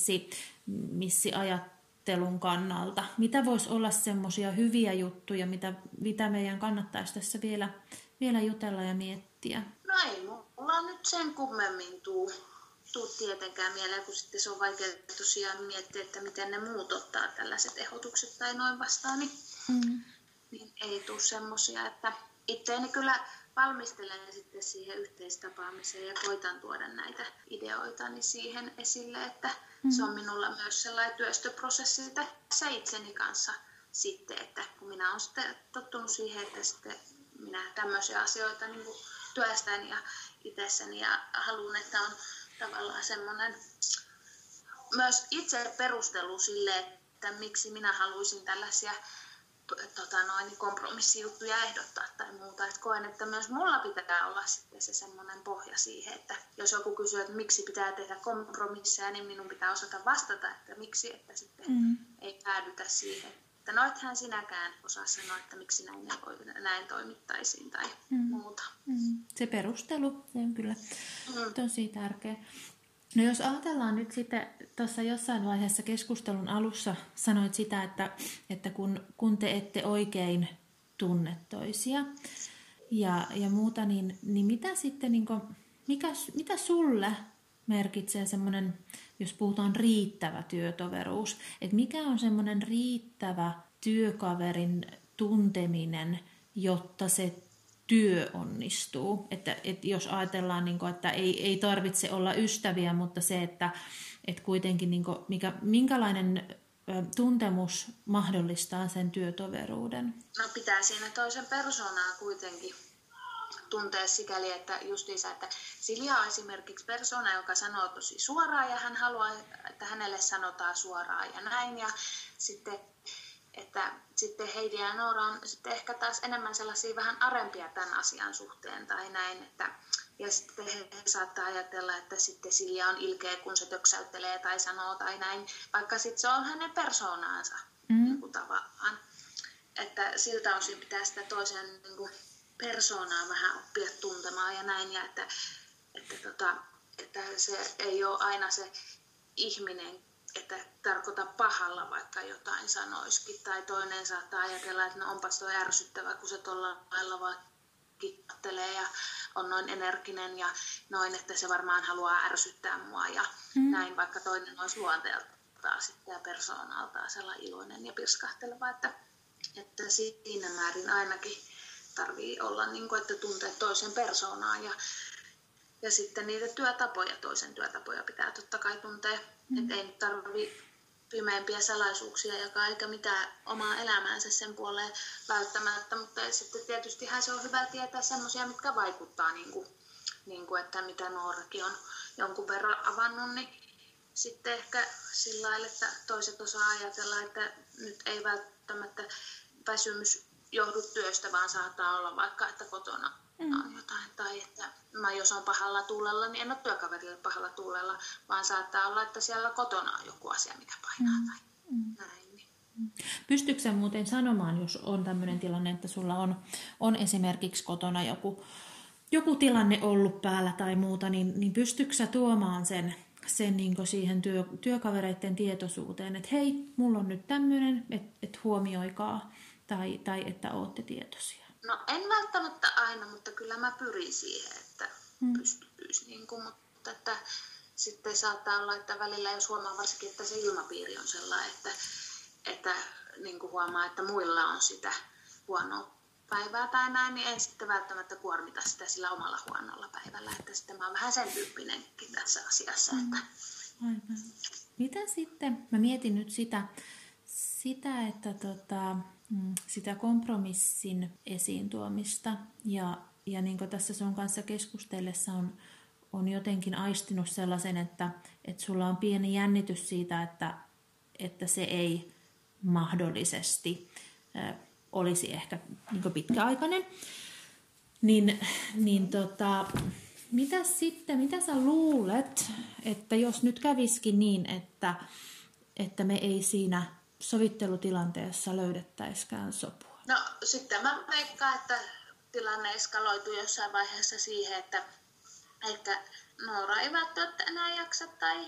kompromissiajattelun kannalta? Mitä voisi olla semmoisia hyviä juttuja, mitä, mitä meidän kannattaisi tässä vielä, vielä jutella ja miettiä? No ei mulla nyt sen kummemmin tuu, tuu tietenkään mieleen, kun sitten se on vaikea tosiaan miettiä, että miten ne muut ottaa tällaiset ehdotukset tai noin vastaan, niin mm. niin ei tule semmoisia, että itseäni kyllä valmistelen sitten siihen yhteistapaamiseen ja koitan tuoda näitä ideoitani siihen esille, että mm. se on minulla myös sellainen työstöprosessi tässä itseni kanssa sitten, että kun minä olen sitten tottunut siihen, että sitten minä tämmöisiä asioita niin kuin työstän ja itsessäni ja haluan, että on tavallaan semmoinen myös itse perustelu sille, että miksi minä haluaisin tällaisia Tota noin, kompromissijuttuja ehdottaa tai muuta. Et koen, että myös mulla pitää olla sitten se semmoinen pohja siihen, että jos joku kysyy, että miksi pitää tehdä kompromisseja, niin minun pitää osata vastata, että miksi, että sitten mm. ei päädytä siihen. Että no ethän sinäkään osaa sanoa, että miksi näin, näin toimittaisiin tai mm. muuta. Mm. Se perustelu, se on kyllä mm. tosi tärkeä. No jos ajatellaan nyt sitten, tuossa jossain vaiheessa keskustelun alussa sanoit sitä, että, että kun, kun te ette oikein tunne toisia ja, ja muuta, niin, niin mitä sitten, niin kuin, mikä, mitä sulle merkitsee semmoinen, jos puhutaan riittävä työtoveruus, että mikä on semmoinen riittävä työkaverin tunteminen, jotta se työ onnistuu. Että, että jos ajatellaan, niin kuin, että ei, ei tarvitse olla ystäviä, mutta se, että, että kuitenkin niin kuin, mikä, minkälainen tuntemus mahdollistaa sen työtoveruuden? No pitää siinä toisen persoonaa kuitenkin tuntea sikäli, että justiinsa, että Silja on esimerkiksi persoona, joka sanoo tosi suoraan ja hän haluaa, että hänelle sanotaan suoraan ja näin. Ja sitten että sitten Heidi ja Noora on sitten ehkä taas enemmän sellaisia vähän arempia tämän asian suhteen tai näin, että ja sitten he, he saattaa ajatella, että sitten Silja on ilkeä, kun se töksäyttelee tai sanoo tai näin, vaikka sitten se on hänen persoonaansa mm. niin kuin tavallaan. Että siltä osin pitää sitä toisen niin kuin persoonaa vähän oppia tuntemaan ja näin, ja että, että, tota, että se ei ole aina se ihminen, että tarkoita pahalla vaikka jotain sanoisikin, tai toinen saattaa ajatella, että no onpas toi ärsyttävä, kun se tuolla lailla vaan kittelee ja on noin energinen ja noin, että se varmaan haluaa ärsyttää mua ja mm. näin, vaikka toinen olisi luonteeltaan sitten ja persoonaltaan sellainen iloinen ja pirskahteleva, että, että siinä määrin ainakin tarvii olla, niin kuin, että tuntee toisen persoonaa ja Ja sitten niitä työtapoja, toisen työtapoja pitää totta kai tuntea. Mm. Että ei nyt tarvitse pimeämpiä salaisuuksia jakaa eikä mitään omaa elämäänsä sen puoleen välttämättä. Mutta sitten tietystihän se on hyvä tietää semmoisia, mitkä vaikuttaa, niin kuin, niin kuin, että mitä Noorakin on jonkun verran avannut. Niin sitten ehkä sillä lailla, että toiset osaa ajatella, että nyt ei välttämättä väsymys johdu työstä, vaan saattaa olla vaikka, että kotona on jotain, tai että mä jos on pahalla tuulella, niin en ole työkaverille pahalla tuulella, vaan saattaa olla, että siellä kotona on joku asia, mikä painaa tai mm. näin. Niin. Pystytkö sä muuten sanomaan, jos on tämmöinen tilanne, että sulla on, on esimerkiksi kotona joku, joku tilanne ollut päällä tai muuta, niin, niin pystytkö sä tuomaan sen, sen niin siihen työ, työkavereiden tietoisuuteen, että hei, mulla on nyt tämmöinen, että et huomioikaa, tai, tai että ootte tietoisia? No en välttämättä aina, mutta kyllä mä pyrin siihen, että mm. pystyisi. Niin kuin, mutta että sitten saattaa olla, että välillä jos huomaa varsinkin, että se ilmapiiri on sellainen, että, että niin kuin huomaa, että muilla on sitä huonoa päivää tai näin, niin en sitten välttämättä kuormita sitä sillä omalla huonolla päivällä. Että sitten mä oon vähän sen tyyppinenkin tässä asiassa. Mm. Että... Aivan. Mitä sitten, mä mietin nyt sitä, sitä että tota, sitä kompromissin esiin tuomista ja, ja niin kuin tässä sun kanssa keskustellessa on, on jotenkin aistinut sellaisen, että, että sulla on pieni jännitys siitä, että, että se ei mahdollisesti äh, olisi ehkä niin kuin pitkäaikainen. Niin, niin tota, mitä sitten, mitä sä luulet, että jos nyt käviskin niin, että, että me ei siinä sovittelutilanteessa löydettäisikään sopua? No sitten mä veikkaan, että tilanne eskaloituu jossain vaiheessa siihen, että ehkä Noora ei välttämättä enää jaksa tai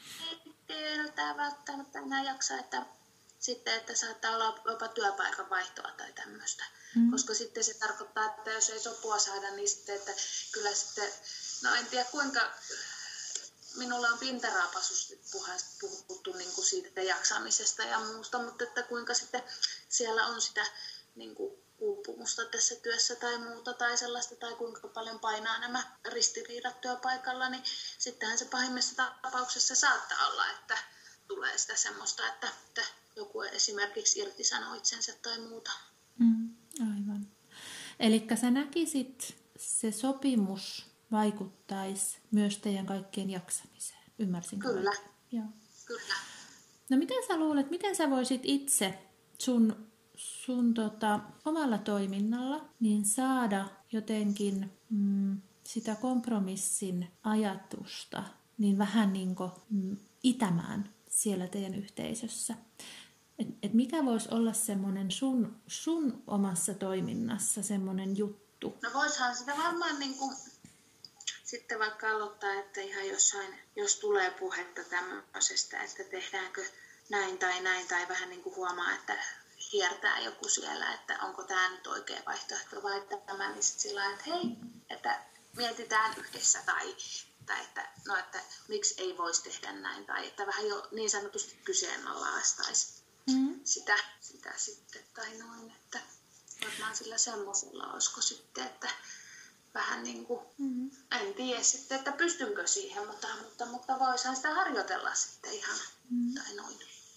heitä ei välttämättä enää jaksa, että sitten, että saattaa olla jopa työpaikan vaihtoa tai tämmöistä. Mm. Koska sitten se tarkoittaa, että jos ei sopua saada, niin sitten, että kyllä sitten, no en tiedä kuinka, minulla on pintaraapasusti puhuttu niin kuin siitä jaksamisesta ja muusta, mutta että kuinka sitten siellä on sitä niin kuin uupumusta tässä työssä tai muuta tai sellaista, tai kuinka paljon painaa nämä ristiriidat työpaikalla, niin sittenhän se pahimmassa tapauksessa saattaa olla, että tulee sitä semmoista, että, että joku esimerkiksi irtisanoo itsensä tai muuta. Mm, aivan. Eli sä näkisit, se sopimus vaikuttaisi myös teidän kaikkien jaksamiseen. Ymmärsinkö? Kyllä. Joo. Kyllä. No miten sä luulet, miten sä voisit itse sun, sun tota, omalla toiminnalla niin saada jotenkin mm, sitä kompromissin ajatusta niin vähän niin kuin mm, itämään siellä teidän yhteisössä? Et, et mikä voisi olla semmoinen sun, sun omassa toiminnassa semmoinen juttu? No voisihan sitä varmaan niin kuin sitten vaikka aloittaa, että ihan jossain, jos tulee puhetta tämmöisestä, että tehdäänkö näin tai näin, tai vähän niin kuin huomaa, että hiertää joku siellä, että onko tämä nyt oikea vaihtoehto vai tämä, niin sitten sillä lailla, että hei, että mietitään yhdessä, tai, tai että, no, että miksi ei voisi tehdä näin, tai että vähän jo niin sanotusti kyseenalaistaisi mm-hmm. sitä, sitä sitten, tai noin, että varmaan sillä semmoisella olisiko sitten, että vähän niin kuin, mm-hmm. en tiedä sitten, että pystynkö siihen, mutta, mutta, mutta voisihan sitä harjoitella sitten ihan, mm-hmm. tai noin.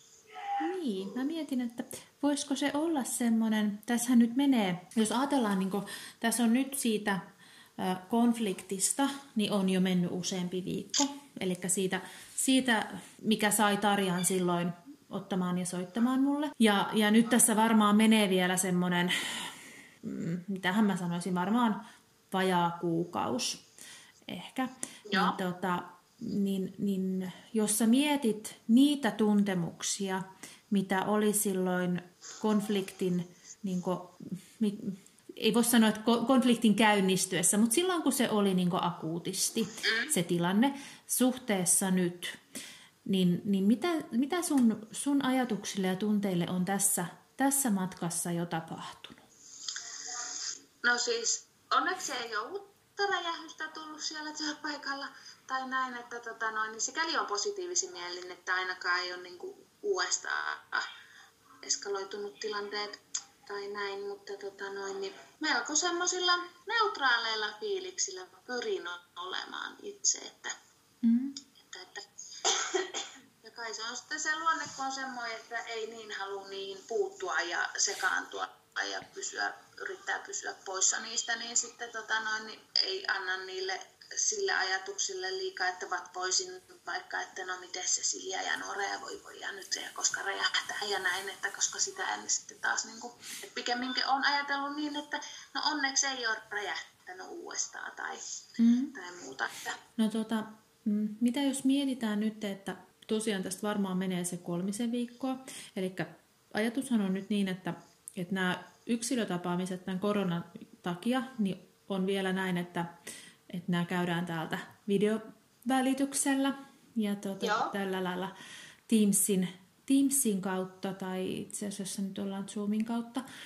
Niin, mä mietin, että voisiko se olla semmoinen, tässähän nyt menee, jos ajatellaan, niin kuin, tässä on nyt siitä konfliktista, niin on jo mennyt useampi viikko, eli siitä, siitä mikä sai Tarjan silloin ottamaan ja soittamaan mulle. Ja, ja nyt tässä varmaan menee vielä semmoinen, mitähän mä sanoisin, varmaan vajaa kuukaus ehkä. Niin, tota, niin, niin jos sä mietit niitä tuntemuksia, mitä oli silloin konfliktin, niin kuin, ei voi sanoa, että konfliktin käynnistyessä, mutta silloin kun se oli niin kuin akuutisti se tilanne suhteessa nyt, niin, niin mitä, mitä sun, sun ajatuksille ja tunteille on tässä, tässä matkassa jo tapahtunut? No siis onneksi ei ole uutta räjähystä tullut siellä työpaikalla tai näin, että tota noin, niin sikäli on positiivisin mielin, että ainakaan ei ole niin kuin uudestaan eskaloitunut tilanteet tai näin, mutta tota noin, niin melko semmoisilla neutraaleilla fiiliksillä pyrin olemaan itse, että, mm. että, että ja kai se on sitten se luonne, kun on semmoinen, että ei niin halua niin puuttua ja sekaantua ja pysyä, yrittää pysyä poissa niistä, niin sitten tota noin, niin ei anna niille sille ajatuksille liikaa, että vat voisin vaikka, että no miten se Silja ja Noora ja voi voi ja nyt se koska räjähtää ja näin, että koska sitä en sitten taas niin kuin, että pikemminkin olen ajatellut niin, että no onneksi ei ole räjähtänyt uudestaan tai, mm. tai muuta. Että. No tota, mitä jos mietitään nyt, että tosiaan tästä varmaan menee se kolmisen viikkoa, eli ajatushan on nyt niin, että, että nämä yksilötapaamiset tämän koronan takia niin on vielä näin, että että nämä käydään täältä videovälityksellä ja tuota, tällä lailla Teamsin, Teamsin kautta tai itse asiassa nyt ollaan Zoomin kautta.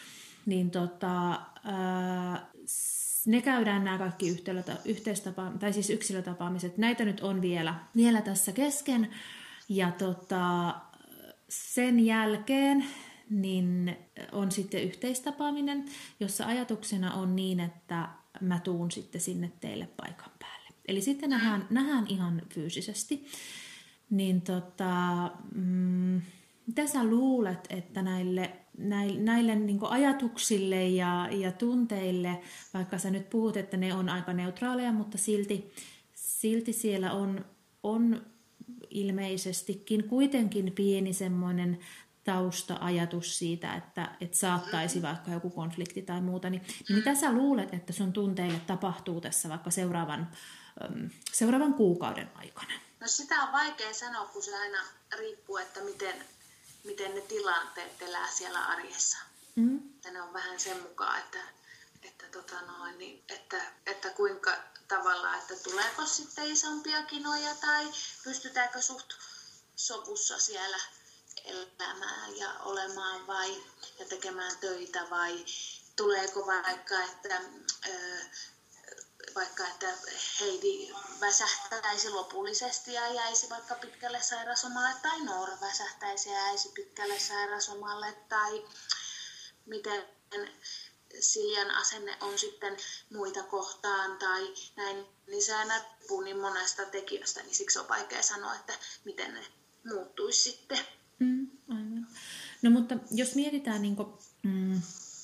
niin tota, ää, ne käydään nämä kaikki yhteistapa- tai siis yksilötapaamiset. Näitä nyt on vielä, vielä tässä kesken. Ja tota, sen jälkeen niin on sitten yhteistapaaminen, jossa ajatuksena on niin, että mä tuun sitten sinne teille paikan päälle. Eli sitten nähdään, nähdään ihan fyysisesti. Niin tota, mm, mitä sä luulet, että näille, näille, näille niin kuin ajatuksille ja, ja tunteille, vaikka sä nyt puhut, että ne on aika neutraaleja, mutta silti, silti siellä on, on ilmeisestikin kuitenkin pieni semmoinen tausta-ajatus siitä, että, että saattaisi vaikka joku konflikti tai muuta, niin, niin mitä sä luulet, että sun tunteille tapahtuu tässä vaikka seuraavan, seuraavan kuukauden aikana? No sitä on vaikea sanoa, kun se aina riippuu, että miten, miten ne tilanteet elää siellä arjessa. Mm. Ja ne on vähän sen mukaan, että, että, tota noin, niin, että, että kuinka tavallaan, että tuleeko sitten isompia kinoja tai pystytäänkö suht sopussa siellä elämään ja olemaan vai ja tekemään töitä vai tuleeko vaikka, että ö, vaikka että Heidi väsähtäisi lopullisesti ja jäisi vaikka pitkälle sairauslomalle tai Noora väsähtäisi ja jäisi pitkälle sairauslomalle tai miten Siljan asenne on sitten muita kohtaan tai näin, niin se aina riippuu niin monesta tekijästä, niin siksi on vaikea sanoa, että miten ne muuttuisi sitten. Mm, aivan. No mutta jos mietitään, niin kuin, mm,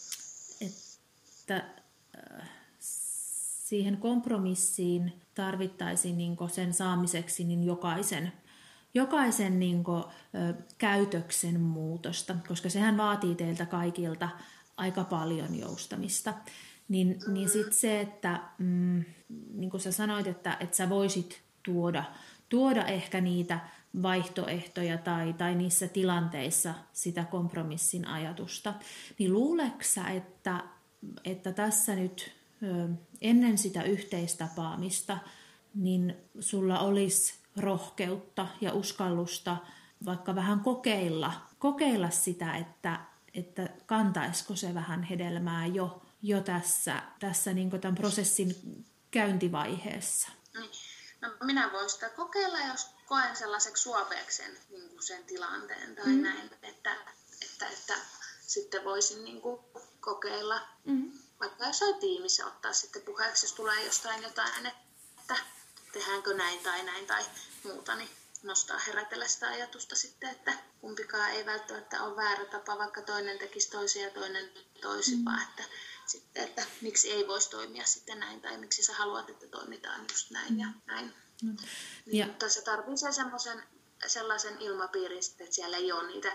että äh, siihen kompromissiin tarvittaisiin niin kuin sen saamiseksi niin jokaisen, jokaisen niin kuin, ö, käytöksen muutosta, koska sehän vaatii teiltä kaikilta aika paljon joustamista. Niin, niin sitten se, että mm, niin kuin sä sanoit, että, että sä voisit tuoda, tuoda ehkä niitä vaihtoehtoja tai, tai niissä tilanteissa sitä kompromissin ajatusta, niin luuleeko sä, että, että tässä nyt ö, ennen sitä yhteistapaamista, niin sulla olisi rohkeutta ja uskallusta vaikka vähän kokeilla, kokeilla sitä, että, että kantaisiko se vähän hedelmää jo, jo tässä, tässä niin kuin tämän prosessin käyntivaiheessa? No, minä voin sitä kokeilla, jos koen sellaiseksi suopeeksi sen, niin kuin sen tilanteen tai mm. näin, että, että, että sitten voisin niin kuin kokeilla, mm. vaikka jos on tiimissä ottaa sitten puheeksi, jos tulee jostain jotain, että tehdäänkö näin tai näin tai muuta, niin nostaa herätellä sitä ajatusta sitten, että kumpikaan ei välttämättä ole väärä tapa, vaikka toinen tekisi toisin ja toinen toisin, mm. vaan että, sitten, että miksi ei voisi toimia sitten näin tai miksi sä haluat, että toimitaan just näin ja näin. Mm. Niin, ja. Mutta se tarvitsee semmoisen, sellaisen ilmapiirin sitten, että siellä ei ole niitä,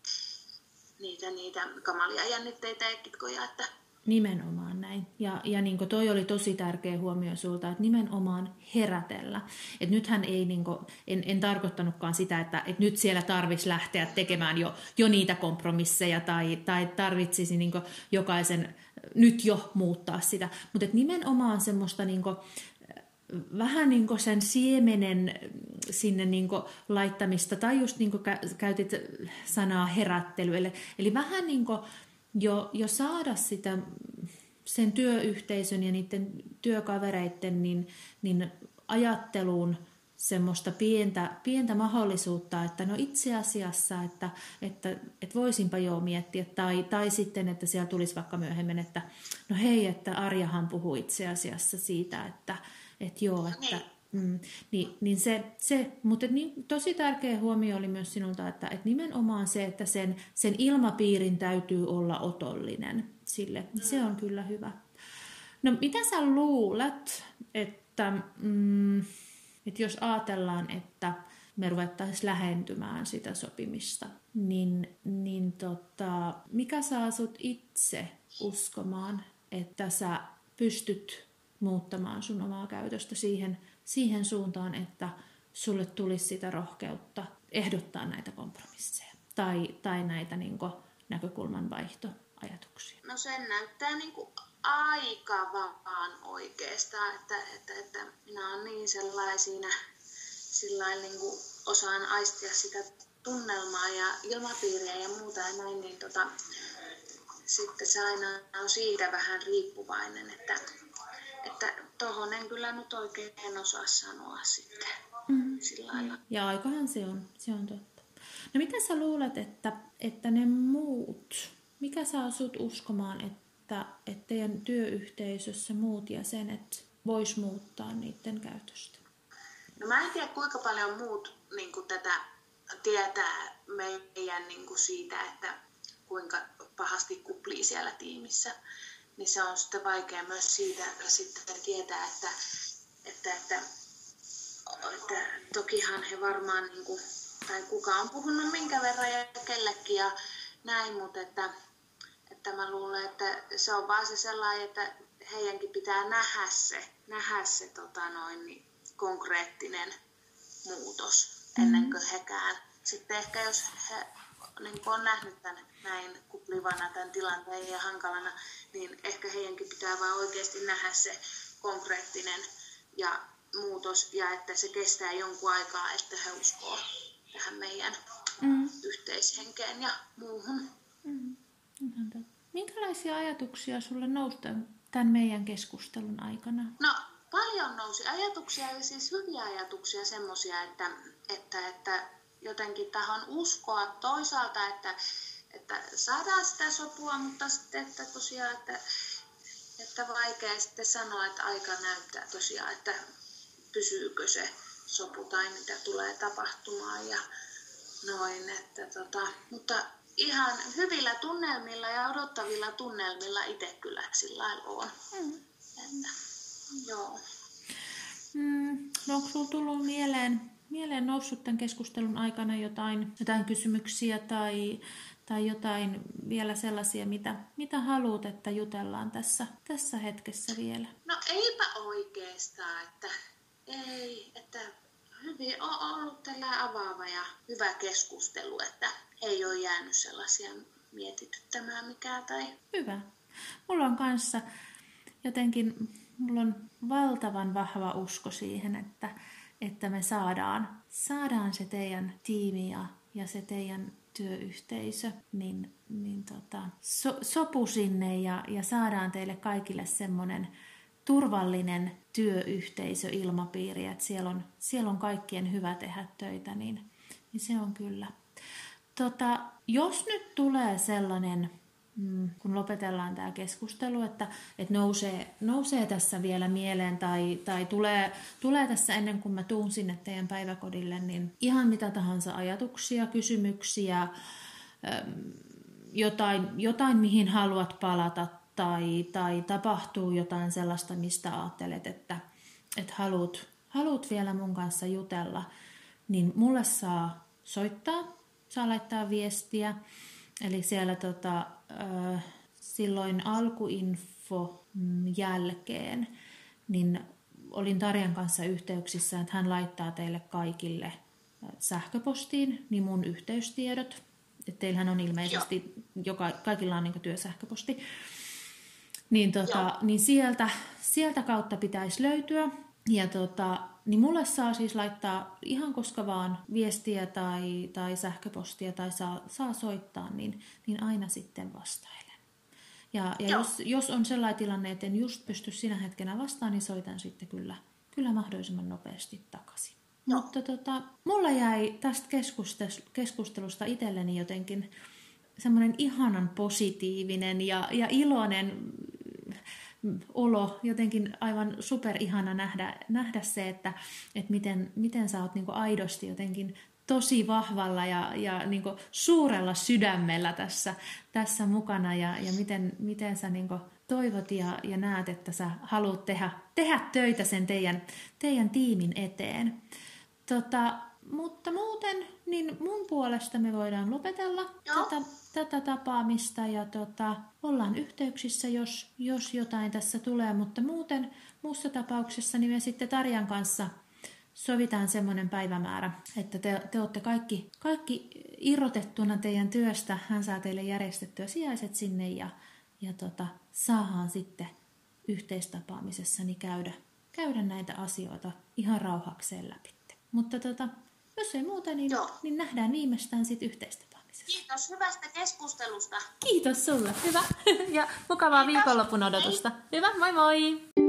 niitä, niitä kamalia jännitteitä ja kitkoja, että nimenomaan näin. Ja, ja niin toi oli tosi tärkeä huomio sulta, että nimenomaan herätellä. Et nythän ei, niin kuin, en, en tarkoittanutkaan sitä, että, että nyt siellä tarvitsisi lähteä tekemään jo, jo niitä kompromisseja tai, tai tarvitsisi niin kuin jokaisen nyt jo muuttaa sitä. Mutta nimenomaan semmoista niin kuin, vähän niin kuin sen siemenen sinne niin kuin laittamista, tai just niin kuin käytit sanaa herättely. Eli, eli vähän niin kuin Jo, jo saada sitä, sen työyhteisön ja niiden työkavereiden niin, niin ajatteluun semmoista pientä, pientä mahdollisuutta, että no itse asiassa, että, että, että voisinpa jo miettiä, tai, tai sitten, että siellä tulisi vaikka myöhemmin, että no hei, että Arjahan puhuu itse asiassa siitä, että, että joo, että Mm, niin, niin se, se, mutta niin, tosi tärkeä huomio oli myös sinulta, että, että nimenomaan se, että sen, sen ilmapiirin täytyy olla otollinen sille. Se on kyllä hyvä. No mitä sä luulet, että, mm, että jos ajatellaan, että me ruvettaisiin lähentymään sitä sopimista, niin, niin tota, mikä saa sut itse uskomaan, että sä pystyt muuttamaan sun omaa käytöstä siihen, siihen suuntaan, että sulle tulisi sitä rohkeutta ehdottaa näitä kompromisseja tai, tai näitä niin kuin näkökulman vaihtoajatuksia? No sen näyttää niin kuin aika vaan oikeastaan, että, että, että minä olen niin sellaisina, sillain niin kuin osaan aistia sitä tunnelmaa ja ilmapiiriä ja muuta ja näin, niin tota, sitten se aina on siitä vähän riippuvainen, että että tohon en kyllä nyt oikein en osaa sanoa sitten mm. sillä lailla. Ja aikahan se on, se on totta. No mitä sä luulet, että, että ne muut, mikä saa sut uskomaan, että, että teidän työyhteisössä muut jäsenet vois muuttaa niiden käytöstä? No mä en tiedä kuinka paljon muut niin kuin tätä tietää meidän niin kuin siitä, että kuinka pahasti kuplii siellä tiimissä. Niin se on sitten vaikea myös siitä sitten tietää, että, että, että, että tokihan he varmaan, niin kuin, tai kuka on puhunut minkä verran ja kellekin ja näin, mutta että, että mä luulen, että se on vaan se sellainen, että heidänkin pitää nähdä se, nähdä se tota noin, niin konkreettinen muutos ennen kuin hekään. Sitten ehkä jos he niin on nähnyt tämän näin kuplivana tämän tilanteen ja hankalana, niin ehkä heidänkin pitää vaan oikeasti nähdä se konkreettinen ja muutos ja että se kestää jonkun aikaa, että he uskoo tähän meidän mm. yhteishenkeen ja muuhun. Mm. Minkälaisia ajatuksia sulle nousi tämän meidän keskustelun aikana? No paljon nousi ajatuksia ja siis hyviä ajatuksia semmoisia, että, että, että jotenkin tähän uskoa toisaalta, että, että saadaan sitä sopua, mutta sitten että tosiaan, että, että vaikea sitten sanoa, että aika näyttää tosiaan, että pysyykö se sopu tai mitä tulee tapahtumaan ja noin. Että tota, mutta ihan hyvillä tunnelmilla ja odottavilla tunnelmilla itse kyllä sillä lailla on. Mm. Että, joo. Mm, no onko sinulla tullut mieleen, mieleen noussut tämän keskustelun aikana jotain, jotain kysymyksiä tai, tai jotain vielä sellaisia, mitä, mitä haluat, että jutellaan tässä, tässä hetkessä vielä? No eipä oikeastaan, että ei, että hyvin on ollut tällä avaava ja hyvä keskustelu, että ei ole jäänyt sellaisia mietityttämään mikään tai... Hyvä. Mulla on kanssa jotenkin, mulla on valtavan vahva usko siihen, että, että me saadaan, saadaan se teidän tiimi ja, ja se teidän työyhteisö, niin, niin tota, so, sopu sinne ja, ja saadaan teille kaikille semmoinen turvallinen työyhteisöilmapiiri, että siellä on, siellä on kaikkien hyvä tehdä töitä, niin, niin se on kyllä. Tota, jos nyt tulee sellainen, mm, kun lopetellaan tämä keskustelu, että, että nousee, nousee tässä vielä mieleen tai, tai tulee, tulee tässä ennen kuin mä tuun sinne teidän päiväkodille, niin ihan mitä tahansa ajatuksia, kysymyksiä, jotain, jotain mihin haluat palata, Tai, tai tapahtuu jotain sellaista, mistä ajattelet, että, että haluat, haluat vielä mun kanssa jutella, niin mulle saa soittaa, saa laittaa viestiä. Eli siellä tota, äh, silloin alkuinfo jälkeen, niin olin Tarjan kanssa yhteyksissä, että hän laittaa teille kaikille sähköpostiin niin mun yhteystiedot. Että teillähän on ilmeisesti, joka, kaikilla on niin työsähköposti. Niin, tota, niin sieltä, sieltä kautta pitäisi löytyä. Ja tota, niin mulle saa siis laittaa ihan koska vaan viestiä tai, tai sähköpostia tai saa, saa soittaa, niin, niin aina sitten vastailen. Ja, ja jos, jos on sellainen tilanne, että en just pysty sinä hetkenä vastaan, niin soitan sitten kyllä, kyllä mahdollisimman nopeasti takaisin. Joo. Mutta tota, mulla jäi tästä keskustelusta itselleni jotenkin semmoinen ihanan positiivinen ja, ja iloinen olo, jotenkin aivan superihana nähdä, nähdä se, että, että miten, miten sä oot niinku aidosti jotenkin tosi vahvalla ja, ja niinku suurella sydämellä tässä, tässä mukana ja, ja miten, miten sä niinku toivot ja, ja näet, että sä haluat tehdä, tehdä töitä sen teidän, teidän tiimin eteen. Tota, mutta muuten niin mun puolesta me voidaan lopetella tätä, tätä tapaamista ja tota, ollaan yhteyksissä, jos, jos jotain tässä tulee. Mutta muuten muussa tapauksessa niin me sitten Tarjan kanssa sovitaan semmoinen päivämäärä, että te, te olette kaikki, kaikki irrotettuna teidän työstä. Hän saa teille järjestettyä sijaiset sinne ja, ja tota, saadaan sitten yhteistapaamisessani käydä, käydä näitä asioita ihan rauhakseen läpi. Mutta tota, jos ei muuta, niin, niin nähdään viimeistään sitten yhteistapaamisessa. Kiitos hyvästä keskustelusta. Kiitos sulle. Hyvä. Ja mukavaa viikonlopun odotusta. Hyvä, moi moi!